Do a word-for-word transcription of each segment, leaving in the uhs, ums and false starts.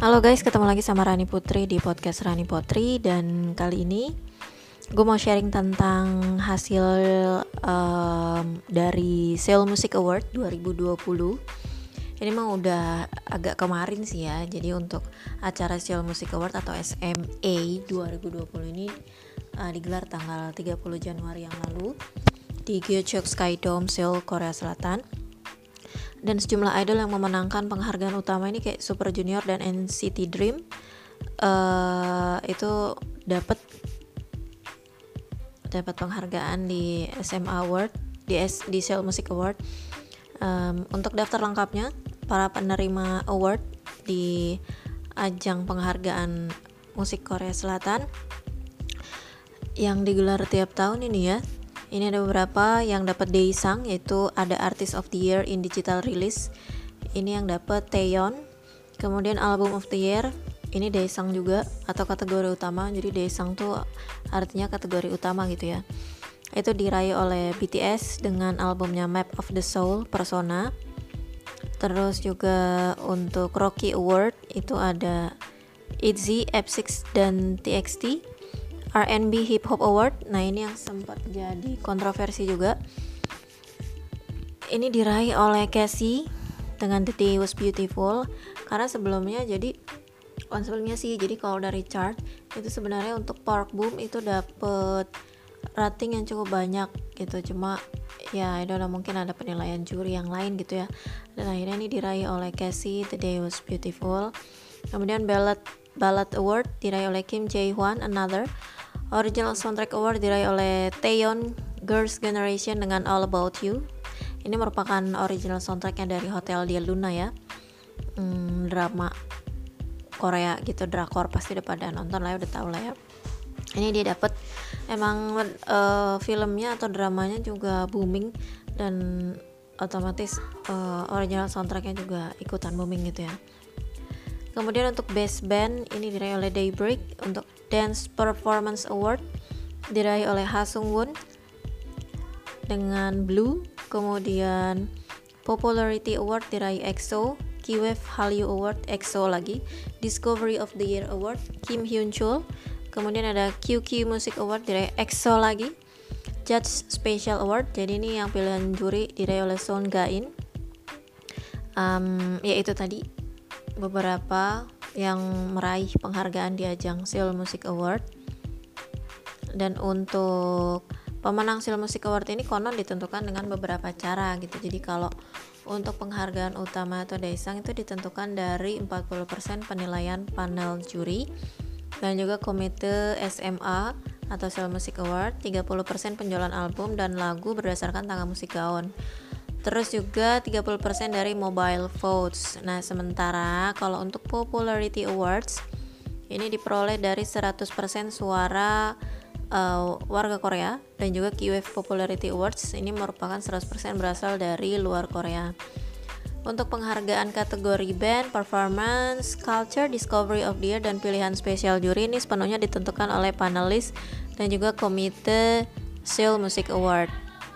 Halo guys, ketemu lagi sama Rani Putri di podcast Rani Putri. Dan kali ini gue mau sharing tentang hasil um, dari Seoul Music Award dua ribu dua puluh. Ini mah udah agak kemarin sih ya. Jadi untuk acara Seoul Music Award atau S M A dua ribu dua puluh ini uh, digelar tanggal tiga puluh Januari yang lalu di Gyeongsuk Skydome, Seoul, Korea Selatan. Dan sejumlah idol yang memenangkan penghargaan utama ini kayak Super Junior dan N C T Dream uh, itu dapat dapat penghargaan di S M A Award, di S, di Seoul Music Award. Um, untuk daftar lengkapnya para penerima award di ajang penghargaan musik Korea Selatan yang digelar tiap tahun ini ya. Ini ada beberapa yang dapat Daesang, yaitu ada Artist of the Year in Digital Release. Ini yang dapat Taeyeon. Kemudian Album of the Year, ini Daesang juga atau kategori utama. Jadi Daesang tuh artinya kategori utama gitu ya. Itu diraih oleh B T S dengan albumnya Map of the Soul, Persona. Terus juga untuk Rookie Award itu ada ITZY, F six dan T X T. R and B Hip Hop Award, nah ini yang sempat jadi kontroversi juga. Ini diraih oleh Cassie dengan The Day Was Beautiful. Karena sebelumnya jadi on sebelumnya sih, jadi kalau dari chart itu sebenarnya untuk Park Boom itu dapet rating yang cukup banyak gitu. Cuma ya itu udah mungkin ada penilaian juri yang lain gitu ya. Dan akhirnya ini diraih oleh Cassie, The Day Was Beautiful. Kemudian Ballad Ballad Award diraih oleh Kim Jae-hwan, Another. Original Soundtrack Award diraih oleh Taeyeon, Girls' Generation dengan All About You. Ini merupakan original soundtracknya dari Hotel Dia Luna ya, hmm, drama Korea gitu, drakor, pasti udah pada nonton lah ya, udah tahu lah ya. Ini dia dapet, emang uh, filmnya atau dramanya juga booming dan otomatis uh, original soundtracknya juga ikutan booming gitu ya. Kemudian untuk Best Band ini diraih oleh Daybreak. Untuk Dance Performance Award diraih oleh Ha Sung Woon dengan Blue. Kemudian Popularity Award diraih E X O. K-Wave Hallyu Award E X O lagi. Discovery of the Year Award Kim Hyun Chul. Kemudian ada Q Q Music Award diraih E X O lagi. Judge Special Award, jadi ini yang pilihan juri diraih oleh Son Ga-in. Um, ya itu tadi beberapa yang meraih penghargaan di ajang Seoul Music Award. Dan untuk pemenang Seoul Music Award ini konon ditentukan dengan beberapa cara gitu. Jadi kalau untuk penghargaan utama atau Daesang itu ditentukan dari empat puluh persen penilaian panel juri dan juga komite S M A atau Seoul Music Award, tiga puluh persen penjualan album dan lagu berdasarkan tangga musik gaon. Terus juga tiga puluh persen dari mobile votes. Nah, sementara kalau untuk Popularity Awards ini diperoleh dari seratus persen suara uh, warga Korea, dan juga K-Wave Popularity Awards ini merupakan seratus persen berasal dari luar Korea. Untuk penghargaan kategori band, performance, culture, discovery of the year, dan pilihan spesial juri ini sepenuhnya ditentukan oleh panelis dan juga komite Seoul Music Award.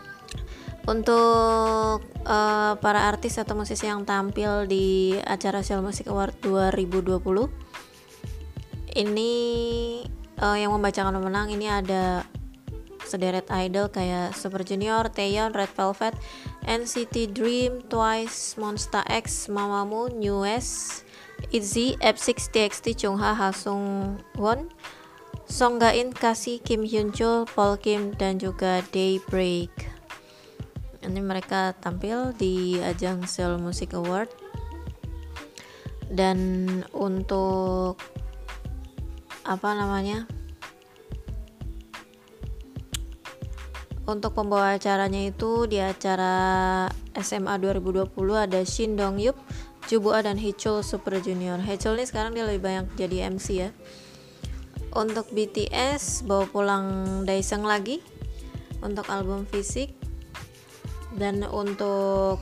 Untuk uh, para artis atau musisi yang tampil di acara Seoul Music Award dua ribu dua puluh ini uh, yang membacakan pemenang ini ada sederet idol kayak Super Junior, Taeyeon, Red Velvet, N C T Dream, Twice, Monsta X, Mamamoo, NU'EST, ITZY, F six, T X T, Chungha, Ha Sung Woon, Song Ga-in, Cassie, Kim Hyun Chul, Paul Kim, dan juga Daybreak. Ini mereka tampil di ajang Seoul Music Award. Dan untuk apa namanya untuk pembawa acaranya itu di acara S M A dua ribu dua puluh ada Shin Dong Yup, Jubua, dan Haechul Super Junior. Haechul ini sekarang dia lebih banyak jadi M C ya. Untuk B T S bawa pulang Daesang lagi untuk album fisik. Dan untuk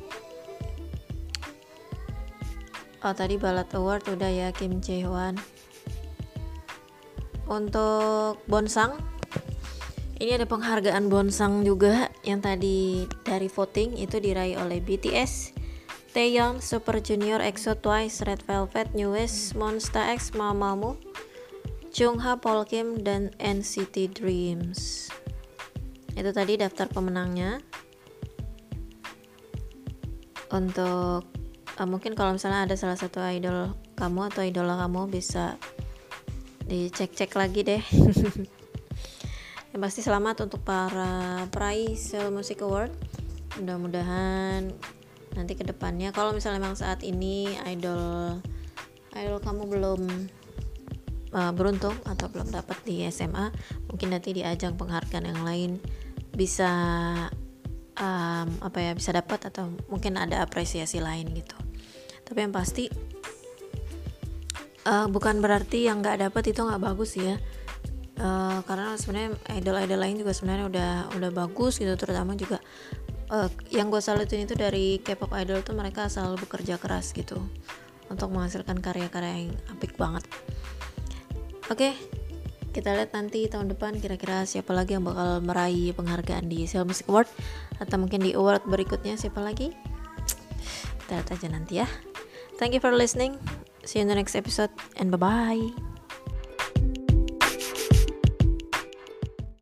oh tadi Ballad Award udah ya, Kim Jae-hwan. Untuk Bonsang ini ada penghargaan Bonsang juga yang tadi dari voting itu diraih oleh B T S, Taeyeon, Super Junior, EXO, Twice, Red Velvet, NU'EST, Monsta X, Mamamoo, Jungha, Paul Kim, dan N C T Dreams. Itu tadi daftar pemenangnya. Untuk uh, mungkin kalau misalnya ada salah satu idol kamu atau idola kamu, bisa dicek-cek lagi deh. Yang pasti selamat untuk para peraih Seoul Music Award. Mudah-mudahan nanti kedepannya, kalau misalnya memang saat ini idol idol kamu belum uh, beruntung atau belum dapat di S M A, mungkin nanti di ajang penghargaan yang lain bisa um, apa ya bisa dapat, atau mungkin ada apresiasi lain gitu. Tapi yang pasti uh, bukan berarti yang nggak dapat itu nggak bagus ya. Uh, karena sebenarnya idol-idol lain juga sebenarnya udah udah bagus gitu, terutama juga Uh, yang gue salutin itu dari K-pop idol tuh mereka selalu bekerja keras gitu untuk menghasilkan karya-karya yang apik banget. Oke, okay, kita lihat nanti tahun depan kira-kira siapa lagi yang bakal meraih penghargaan di Seoul Music Award, atau mungkin di award berikutnya siapa lagi. Kita lihat aja nanti ya. Thank you for listening. See you in the next episode and bye-bye.